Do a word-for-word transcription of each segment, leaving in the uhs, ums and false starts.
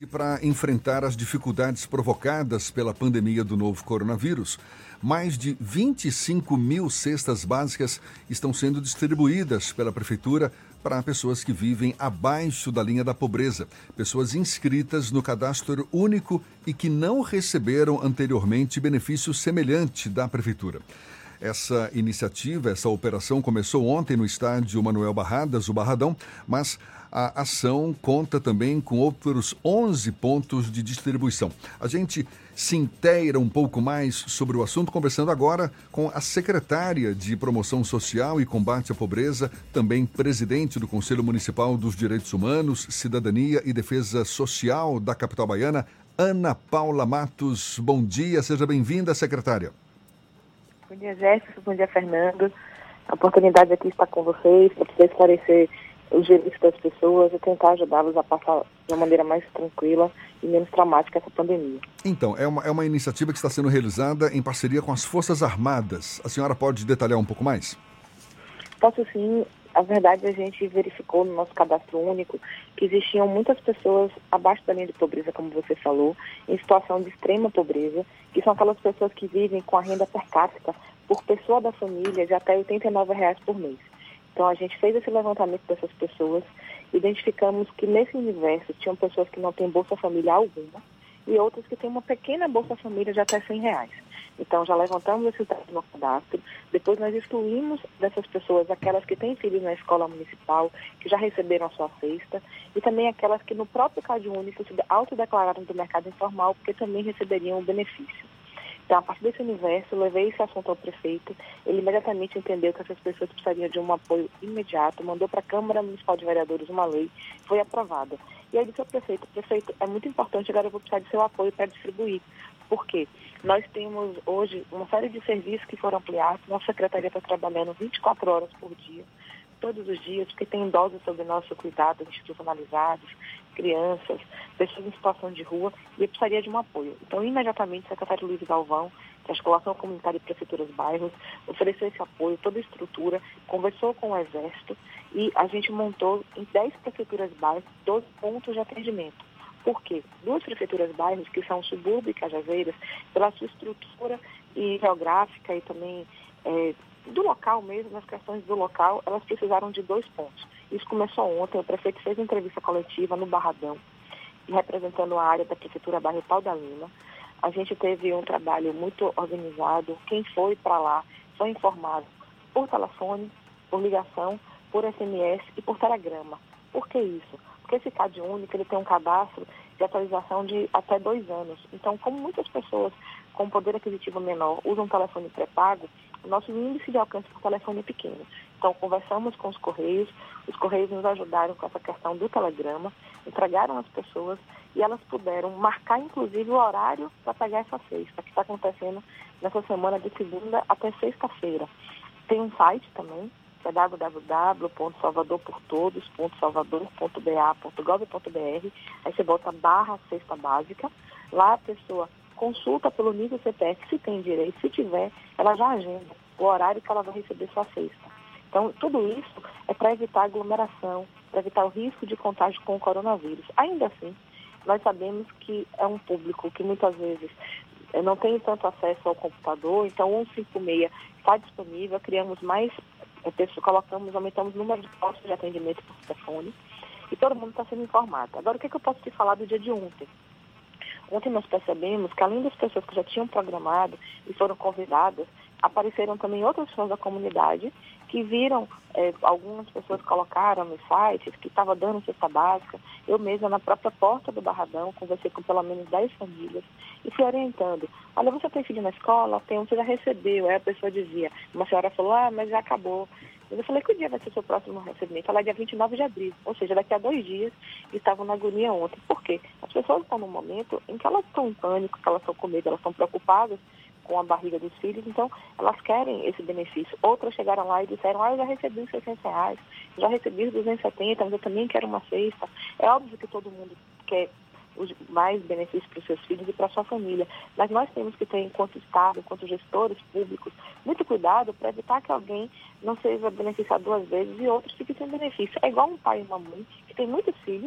E para enfrentar as dificuldades provocadas pela pandemia do novo coronavírus, mais de vinte e cinco mil cestas básicas estão sendo distribuídas pela Prefeitura para pessoas que vivem abaixo da linha da pobreza, pessoas inscritas no Cadastro Único e que não receberam anteriormente benefício semelhante da Prefeitura. Essa iniciativa, essa operação começou ontem no estádio Manuel Barradas, o Barradão, mas a ação conta também com outros onze pontos de distribuição. A gente se inteira um pouco mais sobre o assunto, conversando agora com a secretária de Promoção Social e Combate à Pobreza, também presidente do Conselho Municipal dos Direitos Humanos, Cidadania e Defesa Social da capital baiana, Ana Paula Matos. Bom dia, seja bem-vinda, secretária. Bom dia, Jéssica. Bom dia, Fernando. A oportunidade aqui está com vocês para poder esclarecer os direitos das pessoas e tentar ajudá-los a passar de uma maneira mais tranquila e menos traumática essa pandemia. Então, é uma, é uma iniciativa que está sendo realizada em parceria com as Forças Armadas. A senhora pode detalhar um pouco mais? Posso sim. A verdade, a gente verificou no nosso cadastro único que existiam muitas pessoas abaixo da linha de pobreza, como você falou, em situação de extrema pobreza, que são aquelas pessoas que vivem com a renda per capita por pessoa da família de até oitenta e nove reais por mês. Então, a gente fez esse levantamento dessas pessoas, identificamos que nesse universo tinham pessoas que não têm Bolsa Família alguma e outras que têm uma pequena Bolsa Família de até cem reais. Então, já levantamos esses dados no cadastro, depois nós excluímos dessas pessoas aquelas que têm filhos na escola municipal, que já receberam a sua cesta, e também aquelas que no próprio Cade Único se autodeclararam do mercado informal, porque também receberiam o benefício. Então, a partir desse universo, eu levei esse assunto ao prefeito, ele imediatamente entendeu que essas pessoas precisariam de um apoio imediato, mandou para a Câmara Municipal de Vereadores uma lei, foi aprovada. E aí disse ao prefeito, prefeito, é muito importante, agora eu vou precisar de seu apoio para distribuir. Por quê? Nós temos hoje uma série de serviços que foram ampliados, nossa secretaria está trabalhando vinte e quatro horas por dia, todos os dias, porque tem idosos sob nosso cuidado, institucionalizados, crianças, pessoas em situação de rua, e eu precisaria de um apoio. Então, imediatamente, o secretário Luiz Galvão, que é a Articulação Comunitária de Prefeituras Bairros, ofereceu esse apoio, toda a estrutura, conversou com o Exército e a gente montou em dez prefeituras bairros doze pontos de atendimento. Por quê? Duas prefeituras bairros, que são Subúrbio e Cajazeiras, pela sua estrutura e geográfica e também é, do local mesmo, nas questões do local, elas precisaram de dois pontos. Isso começou ontem, o prefeito fez entrevista coletiva no Barradão, representando a área da Prefeitura Bairro Pau da Lima. A gente teve um trabalho muito organizado, quem foi para lá foi informado por telefone, por ligação, por S M S e por telegrama. Por que isso? Porque esse Cade Único, ele tem um cadastro de atualização de até dois anos. Então, como muitas pessoas com poder aquisitivo menor usam telefone pré-pago, o nosso índice de alcance por telefone é pequeno. Então, conversamos com os Correios, os Correios nos ajudaram com essa questão do telegrama, entregaram às pessoas e elas puderam marcar, inclusive, o horário para pegar essa cesta, que está acontecendo nessa semana de segunda até sexta-feira. Tem um site também, que é w w w ponto salvador por todos ponto salvador ponto b a ponto gov ponto b r. Aí você bota barra cesta básica. Lá a pessoa consulta pelo nível C P F se tem direito. Se tiver, ela já agenda o horário que ela vai receber sua cesta. Então, tudo isso é para evitar aglomeração, para evitar o risco de contágio com o coronavírus. Ainda assim, nós sabemos que é um público que muitas vezes não tem tanto acesso ao computador, então cento e cinquenta e seis está disponível, criamos mais colocamos, aumentamos o número de postos de atendimento por telefone e todo mundo está sendo informado. Agora, o que, é que eu posso te falar do dia de ontem? Ontem nós percebemos que, além das pessoas que já tinham programado e foram convidadas, apareceram também outras pessoas da comunidade que viram, eh, algumas pessoas colocaram nos sites que estava dando cesta básica. Eu mesma, na própria porta do Barradão, conversei com pelo menos dez famílias e fui orientando. Olha, você tem filho na escola? Tem um, você já recebeu. Aí a pessoa dizia, uma senhora falou, ah, mas já acabou. Eu falei, que dia vai ser o seu próximo recebimento? Ela é dia vinte e nove de abril, ou seja, daqui a dois dias, e estavam na agonia ontem. Por quê? As pessoas estão num momento em que elas estão em pânico, que elas estão com medo, elas estão preocupadas com a barriga dos filhos, então elas querem esse benefício. Outras chegaram lá e disseram, ah, eu já recebi os seiscentos reais, já recebi os duzentos e setenta, mas eu também quero uma cesta. É óbvio que todo mundo quer os mais benefícios para os seus filhos e para a sua família. Mas nós temos que ter, enquanto Estado, enquanto gestores públicos, muito cuidado para evitar que alguém não seja beneficiado duas vezes e outros fiquem sem benefício. É igual um pai e uma mãe que tem muitos filhos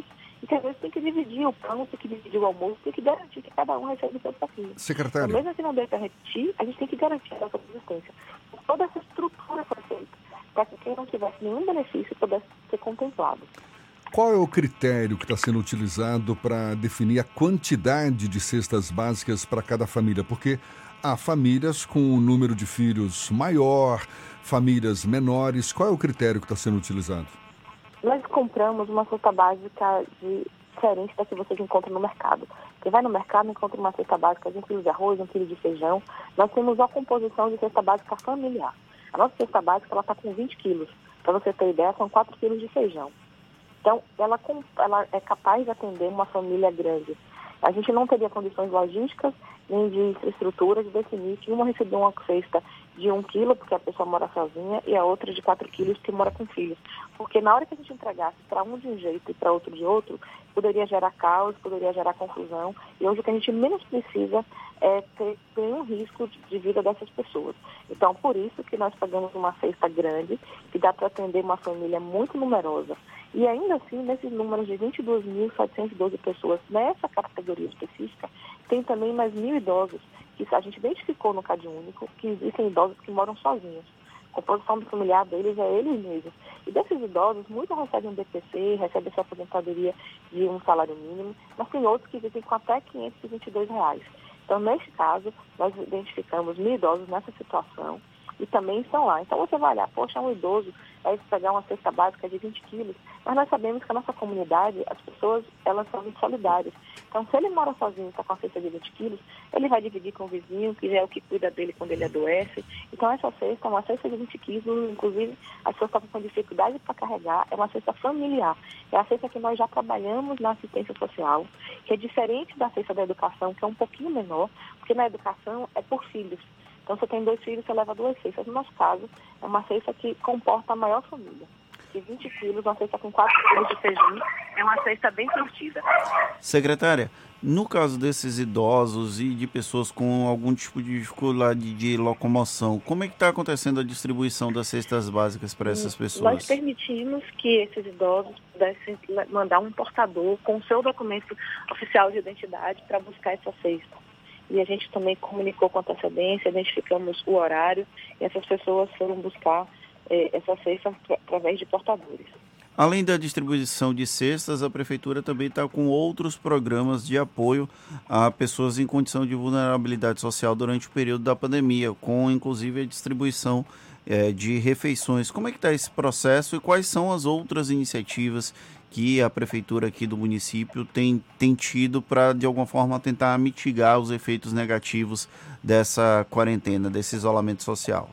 e que às vezes tem que dividir o pão, tem que dividir o almoço, tem que garantir que cada um recebe o seu pouquinho. Secretário. Então, mesmo que não dê para repetir, a gente tem que garantir a nossa subsistência. Toda essa estrutura foi feita para que quem não tivesse nenhum benefício pudesse ser contemplado. Qual é o critério que está sendo utilizado para definir a quantidade de cestas básicas para cada família? Porque há famílias com um número de filhos maior, famílias menores. Qual é o critério que está sendo utilizado? Nós compramos uma cesta básica de, diferente da que vocês encontram no mercado. Quem vai no mercado encontra uma cesta básica de um quilo de arroz, um quilo de feijão. Nós temos a composição de cesta básica familiar. A nossa cesta básica está com vinte quilos. Para você ter ideia, são quatro quilos de feijão. Então, ela, ela é capaz de atender uma família grande. A gente não teria condições logísticas nem de infraestrutura de definir que uma recebeu uma cesta de um quilo, porque a pessoa mora sozinha, e a outra de quatro quilos, que mora com filhos. Porque na hora que a gente entregasse para um de um jeito e para outro de outro, poderia gerar caos, poderia gerar confusão. E hoje o que a gente menos precisa é ter nenhum risco de vida dessas pessoas. Então, por isso que nós pagamos uma cesta grande, que dá para atender uma família muito numerosa. E ainda assim, nesses números de vinte e duas mil setecentas e doze pessoas, nessa categoria específica, tem também mais mil idosos, que a gente identificou no Cade Único, que existem idosos que moram sozinhos. A composição do familiar deles é eles mesmos. E desses idosos, muitos recebem um B P C, recebem sua aposentadoria de um salário mínimo, mas tem outros que vivem com até quinhentos e vinte e dois reais. Então, neste caso, nós identificamos mil idosos nessa situação e também estão lá. Então, você vai olhar, poxa, um idoso vai pegar uma cesta básica de vinte quilos, mas nós sabemos que a nossa comunidade, as pessoas, elas são muito solidárias. Então, se ele mora sozinho e está com a cesta de vinte quilos, ele vai dividir com o vizinho, que já é o que cuida dele quando ele adoece. Então, essa cesta é uma cesta de vinte quilos, inclusive, as pessoas estão com dificuldade para carregar, é uma cesta familiar. É a cesta que nós já trabalhamos na assistência social, que é diferente da cesta da educação, que é um pouquinho menor, porque na educação é por filhos. Então, você tem dois filhos, você leva duas cestas. No nosso caso, é uma cesta que comporta a maior família. De vinte quilos, uma cesta com quatro quilos de feijão, é uma cesta bem curtida. Secretária, no caso desses idosos e de pessoas com algum tipo de dificuldade de locomoção, como é que está acontecendo a distribuição das cestas básicas para essas pessoas? Nós permitimos que esses idosos pudessem mandar um portador com o seu documento oficial de identidade para buscar essa cesta. E a gente também comunicou com antecedência, identificamos o horário, e essas pessoas foram buscar eh, essa cesta através de portadores. Além da distribuição de cestas, a Prefeitura também está com outros programas de apoio a pessoas em condição de vulnerabilidade social durante o período da pandemia, com inclusive a distribuição eh, de refeições. Como é que está esse processo e quais são as outras iniciativas que a Prefeitura aqui do município tem, tem tido para, de alguma forma, tentar mitigar os efeitos negativos dessa quarentena, desse isolamento social?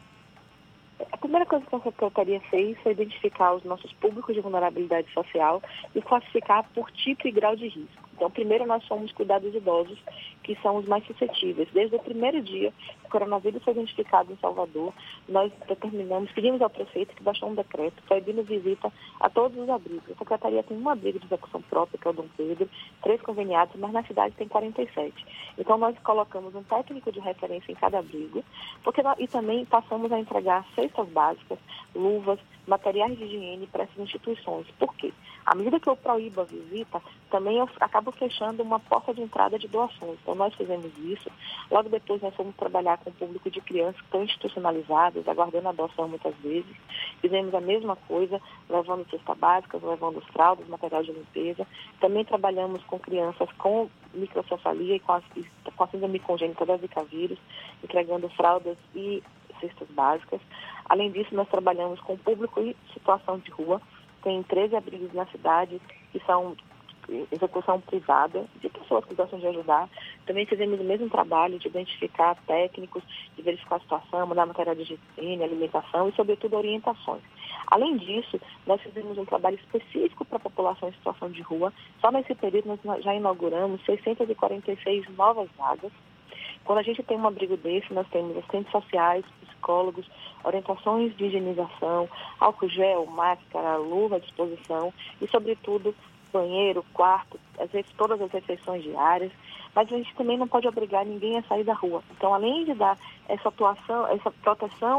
A primeira coisa que a Secretaria fez foi identificar os nossos públicos de vulnerabilidade social e classificar por tipo e grau de risco. Então, primeiro nós fomos cuidar dos idosos, que são os mais suscetíveis. Desde o primeiro dia que o coronavírus foi identificado em Salvador, nós determinamos, pedimos ao prefeito que baixou um decreto proibindo visita a todos os abrigos. A Secretaria tem um abrigo de execução própria, que é o Dom Pedro, três conveniados, mas na cidade tem quarenta e sete. Então, nós colocamos um técnico de referência em cada abrigo, porque nós, e também passamos a entregar cestas básicas, luvas, materiais de higiene para essas instituições. Por quê? À medida que eu proíbo a visita, também eu acabo fechando uma porta de entrada de doações. Então, nós fizemos isso. Logo depois, nós fomos trabalhar com o público de crianças que estão institucionalizadas, aguardando a adoção muitas vezes. Fizemos a mesma coisa, levando cestas básicas, levando fraldas, material de limpeza. Também trabalhamos com crianças com microcefalia e com a, com a síndrome congênita da Zika vírus, entregando fraldas e cestas básicas. Além disso, nós trabalhamos com o público em situação de rua. Tem treze abrigos na cidade que são execução privada, de pessoas que gostam de ajudar. Também fizemos o mesmo trabalho de identificar técnicos, de verificar a situação, mandar material de higiene, alimentação e, sobretudo, orientações. Além disso, nós fizemos um trabalho específico para a população em situação de rua. Só nesse período nós já inauguramos seiscentas e quarenta e seis novas vagas. Quando a gente tem um abrigo desse, nós temos assistentes sociais, psicólogos, orientações de higienização, álcool gel, máscara, luva à disposição e, sobretudo, banheiro, quarto, às vezes todas as refeições diárias. Mas a gente também não pode obrigar ninguém a sair da rua. Então, além de dar essa atuação, essa proteção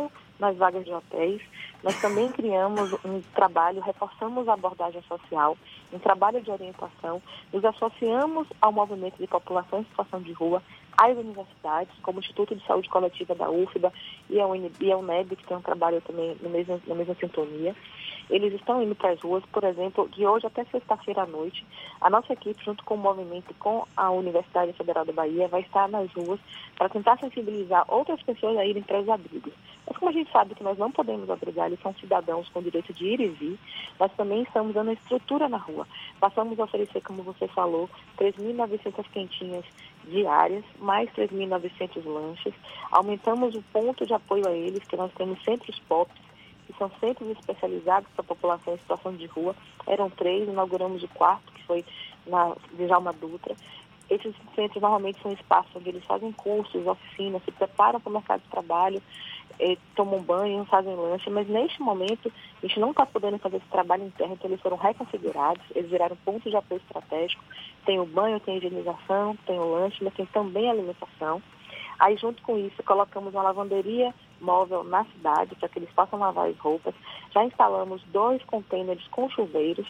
nas vagas de hotéis. Nós também criamos um trabalho, reforçamos a abordagem social, um trabalho de orientação, nos associamos ao movimento de população em situação de rua, às universidades, como o Instituto de Saúde Coletiva da U F B A e a U N E B, que tem um trabalho também na mesma, na mesma sintonia. Eles estão indo para as ruas, por exemplo, de hoje até sexta-feira à noite, a nossa equipe, junto com o movimento e com a Universidade Federal da Bahia, vai estar nas ruas para tentar sensibilizar outras pessoas a irem para os abrigos. Mas como a gente sabe que nós não podemos obrigar, eles são cidadãos com direito de ir e vir, nós também estamos dando estrutura na rua. Passamos a oferecer, como você falou, três mil e novecentas quentinhas diárias, mais três mil e novecentos lanches. Aumentamos o ponto de apoio a eles, que nós temos centros P O Ps, que são centros especializados para a população em situação de rua. Eram três, inauguramos o quarto, que foi na Djalma Dutra. Esses centros normalmente são espaços onde eles fazem cursos, oficinas, se preparam para o mercado de trabalho, eh, tomam banho, fazem lanche, mas neste momento a gente não está podendo fazer esse trabalho interno, então eles foram reconfigurados, eles viraram pontos de apoio estratégico. Tem o banho, tem a higienização, tem o lanche, mas tem também a alimentação. Aí, junto com isso, colocamos uma lavanderia móvel na cidade para que eles possam lavar as roupas. Já instalamos dois contêineres com chuveiros.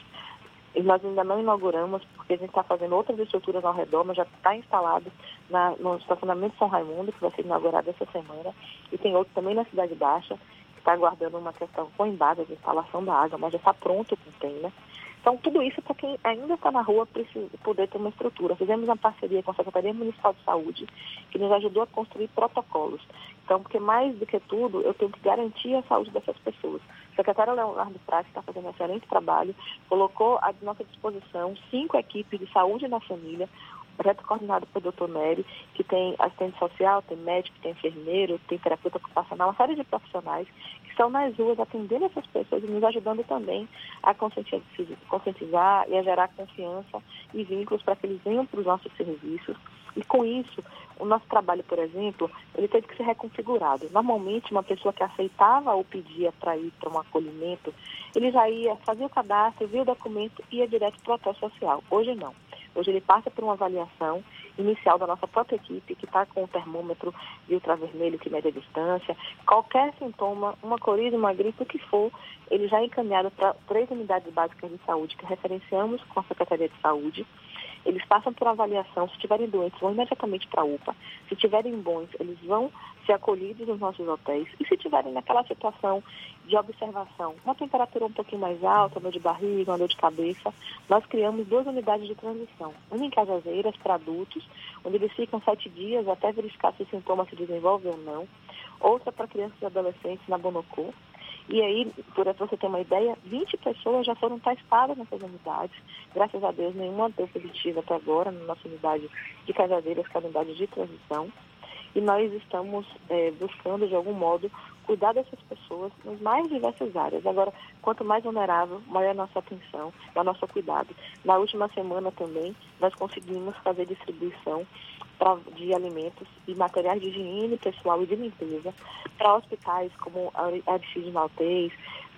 E nós ainda não inauguramos, porque a gente está fazendo outras estruturas ao redor, mas já está instalado na, no estacionamento São Raimundo, que vai ser inaugurado essa semana. E tem outro também na Cidade Baixa, que está aguardando uma questão com embaixo de instalação da água, mas já está pronto o container. Então, tudo isso para quem ainda está na rua precisa poder ter uma estrutura. Fizemos uma parceria com a Secretaria Municipal de Saúde, que nos ajudou a construir protocolos. Então, porque mais do que tudo, eu tenho que garantir a saúde dessas pessoas. O secretário Leonardo Prati está fazendo um excelente trabalho, colocou à nossa disposição cinco equipes de saúde na família, projeto coordenado pelo doutor Nery, que tem assistente social, tem médico, tem enfermeiro, tem terapeuta ocupacional, uma série de profissionais que estão nas ruas atendendo essas pessoas e nos ajudando também a conscientizar e a gerar confiança e vínculos para que eles venham para os nossos serviços. E com isso, o nosso trabalho, por exemplo, ele teve que ser reconfigurado. Normalmente, uma pessoa que aceitava ou pedia para ir para um acolhimento, ele já ia fazer o cadastro, via o documento e ia direto para o hotel social. Hoje não. Hoje ele passa por uma avaliação inicial da nossa própria equipe, que está com o termômetro de ultravermelho que mede a distância. Qualquer sintoma, uma coriza, uma gripe, o que for, ele já é encaminhado para três unidades básicas de saúde que referenciamos com a Secretaria de Saúde. Eles passam por avaliação, se estiverem doentes, vão imediatamente para a U P A. Se estiverem bons, eles vão ser acolhidos nos nossos hotéis. E se estiverem naquela situação de observação, uma temperatura um pouquinho mais alta, uma dor de barriga, uma dor de cabeça, nós criamos duas unidades de transição. Uma em Cajazeiras, para adultos, onde eles ficam sete dias até verificar se o sintoma se desenvolve ou não. Outra para crianças e adolescentes na Bonocô. E aí, para você ter uma ideia, vinte pessoas já foram testadas nessas unidades. Graças a Deus, nenhuma deu positiva até agora na nossa unidade de Cajazeiras, que é a unidade de transição. E nós estamos é, buscando, de algum modo, cuidar dessas pessoas nas mais diversas áreas. Agora, quanto mais vulnerável, maior é a nossa atenção, é o nosso cuidado. Na última semana também, nós conseguimos fazer distribuição pra, de alimentos e materiais de higiene pessoal e de limpeza para hospitais como a Aristide Maltês,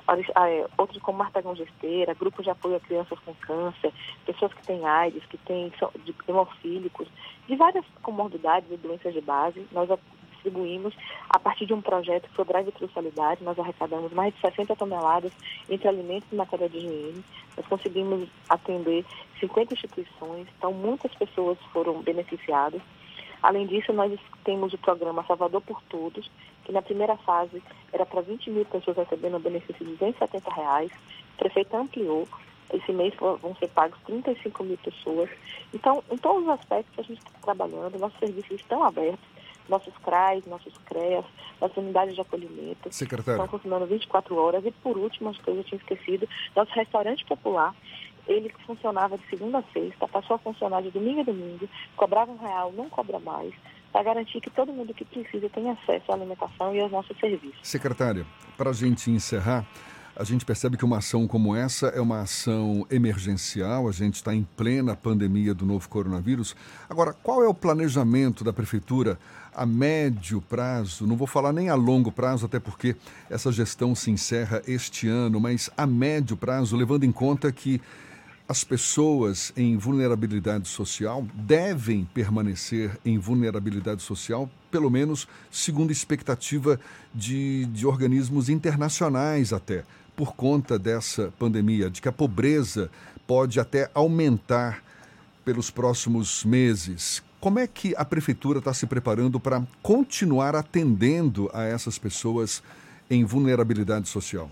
outros como Martagão Gesteira, grupos de apoio a crianças com câncer, pessoas que têm AIDS, que têm hemofílicos, de várias comorbidades e doenças de base. Nós distribuímos, a partir de um projeto que foi o Drive Thru Solidário, nós arrecadamos mais de sessenta toneladas entre alimentos e material de higiene. Nós conseguimos atender cinquenta instituições, então muitas pessoas foram beneficiadas. Além disso, nós temos o programa Salvador por Todos, que na primeira fase era para vinte mil pessoas recebendo um benefício de duzentos e setenta reais. O prefeito ampliou. Esse mês vão ser pagos trinta e cinco mil pessoas. Então, em todos os aspectos a gente está trabalhando, nossos serviços estão abertos, nossos C R A S, nossos C R E As, nossas unidades de acolhimento Secretário. estão funcionando vinte e quatro horas. E, por último, as coisas eu tinha esquecido, nosso restaurante popular, ele que funcionava de segunda a sexta, passou a funcionar de domingo a domingo, cobrava um real, não cobra mais, para garantir que todo mundo que precisa tenha acesso à alimentação e aos nossos serviços. Secretária, para a gente encerrar, a gente percebe que uma ação como essa é uma ação emergencial, a gente está em plena pandemia do novo coronavírus. Agora, qual é o planejamento da Prefeitura a médio prazo? Não vou falar nem a longo prazo, até porque essa gestão se encerra este ano, mas a médio prazo, levando em conta que as pessoas em vulnerabilidade social devem permanecer em vulnerabilidade social, pelo menos segundo expectativa de, de organismos internacionais até, por conta dessa pandemia, de que a pobreza pode até aumentar pelos próximos meses. Como é que a Prefeitura está se preparando para continuar atendendo a essas pessoas em vulnerabilidade social?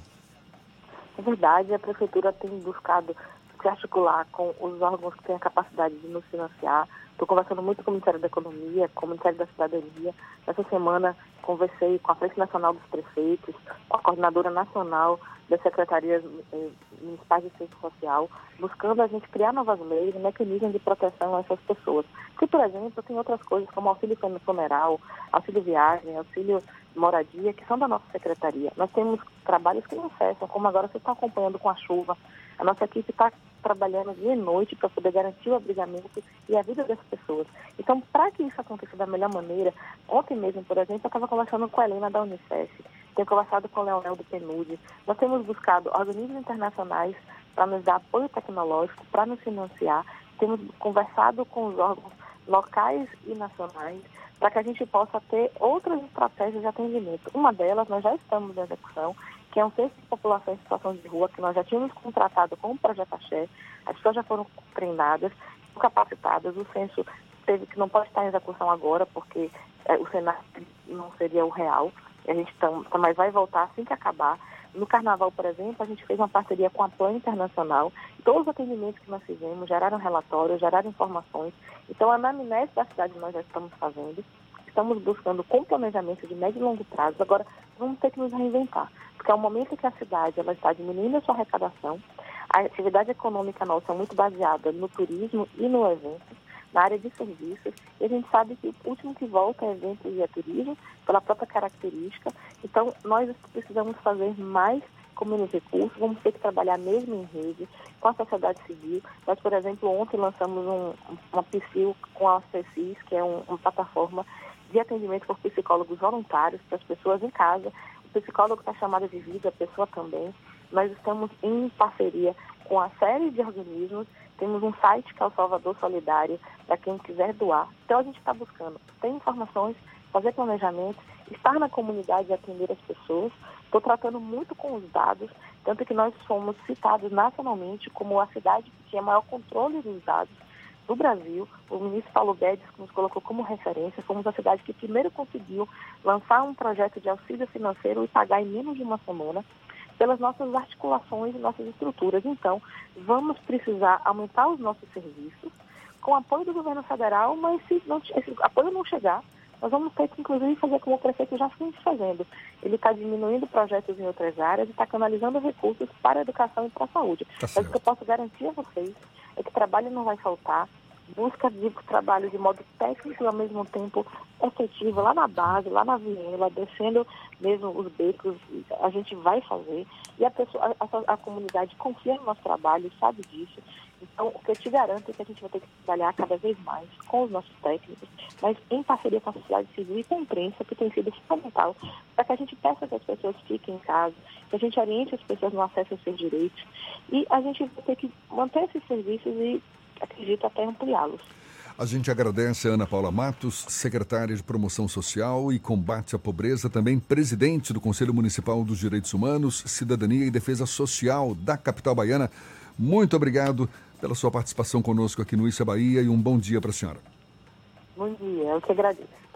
É verdade, a Prefeitura tem buscado se articular com os órgãos que têm a capacidade de nos financiar. Estou conversando muito com o Ministério da Economia, com o Ministério da Cidadania. Essa semana conversei com a Frente Nacional dos Prefeitos, com a Coordenadora Nacional das Secretarias eh, Municipais de Assistência Social, buscando a gente criar novas leis e mecanismos de proteção a essas pessoas. Porque, por exemplo, tem outras coisas como auxílio funeral, auxílio viagem, auxílio moradia, que são da nossa secretaria. Nós temos trabalhos que não cessam, como agora você está acompanhando com a chuva. A nossa equipe está trabalhando dia e noite para poder garantir o abrigamento e a vida das pessoas. Então, para que isso aconteça da melhor maneira, ontem mesmo, por exemplo, eu estava conversando com a Helena da Unicef, tenho conversado com o Leonel do PNUD. Nós temos buscado organismos internacionais para nos dar apoio tecnológico, para nos financiar. Temos conversado com os órgãos locais e nacionais para que a gente possa ter outras estratégias de atendimento. Uma delas, nós já estamos em execução, que é um censo de população em situação de rua, que nós já tínhamos contratado com o Projeto Axé. As pessoas já foram treinadas, capacitadas. O censo teve que não pode estar em execução agora, porque é, o cenário não seria o real. A gente tam, mas vai voltar assim que acabar. No Carnaval, por exemplo, a gente fez uma parceria com a Plan Internacional. Todos os atendimentos que nós fizemos geraram relatórios, geraram informações. Então, a anamnese da cidade nós já estamos fazendo. Estamos buscando com planejamento de médio e longo prazo. Agora, vamos ter que nos reinventar, porque é o momento que a cidade ela está diminuindo a sua arrecadação. A atividade econômica nossa é muito baseada no turismo e no evento, na área de serviços, e a gente sabe que o último que volta é eventos e é turismo, pela própria característica. Então, nós precisamos fazer mais com menos recursos, vamos ter que trabalhar mesmo em rede, com a sociedade civil. Nós, por exemplo, ontem lançamos um, uma PSIL com a CECIS, que é um, uma plataforma de atendimento por psicólogos voluntários para as pessoas em casa. O psicólogo está chamado de vida, a pessoa também. Nós estamos em parceria com a série de organismos. Temos um site que é o Salvador Solidário, para quem quiser doar. Então, a gente está buscando ter informações, fazer planejamento, estar na comunidade e atender as pessoas. Estou tratando muito com os dados, tanto que nós fomos citados nacionalmente como a cidade que tinha maior controle dos dados do Brasil. O ministro Paulo Guedes nos colocou como referência. Fomos a cidade que primeiro conseguiu lançar um projeto de auxílio financeiro e pagar em menos de uma semana, pelas nossas articulações e nossas estruturas. Então, vamos precisar aumentar os nossos serviços com apoio do governo federal, mas se não, esse apoio não chegar, nós vamos ter que, inclusive, fazer como o prefeito já vem fazendo. Ele está diminuindo projetos em outras áreas e está canalizando recursos para a educação e para a saúde. Tá Mas o que eu posso garantir a vocês é que trabalho não vai faltar. Busca de trabalho de modo técnico e, ao mesmo tempo, efetivo, lá na base, lá na viela, descendo mesmo os becos, a gente vai fazer. E a, pessoa, a, a comunidade confia no nosso trabalho, sabe disso. Então, o que eu te garanto é que a gente vai ter que trabalhar cada vez mais com os nossos técnicos, mas em parceria com a sociedade civil e com a imprensa, que tem sido fundamental, para que a gente peça que as pessoas fiquem em casa, que a gente oriente as pessoas no acesso aos seus direitos. E a gente vai ter que manter esses serviços e, acredito, até ampliá-los. A gente agradece a Ana Paula Matos, secretária de Promoção Social e Combate à Pobreza, também presidente do Conselho Municipal dos Direitos Humanos, Cidadania e Defesa Social da capital baiana. Muito obrigado pela sua participação conosco aqui no Issa Bahia e um bom dia para a senhora. Bom dia, eu que agradeço.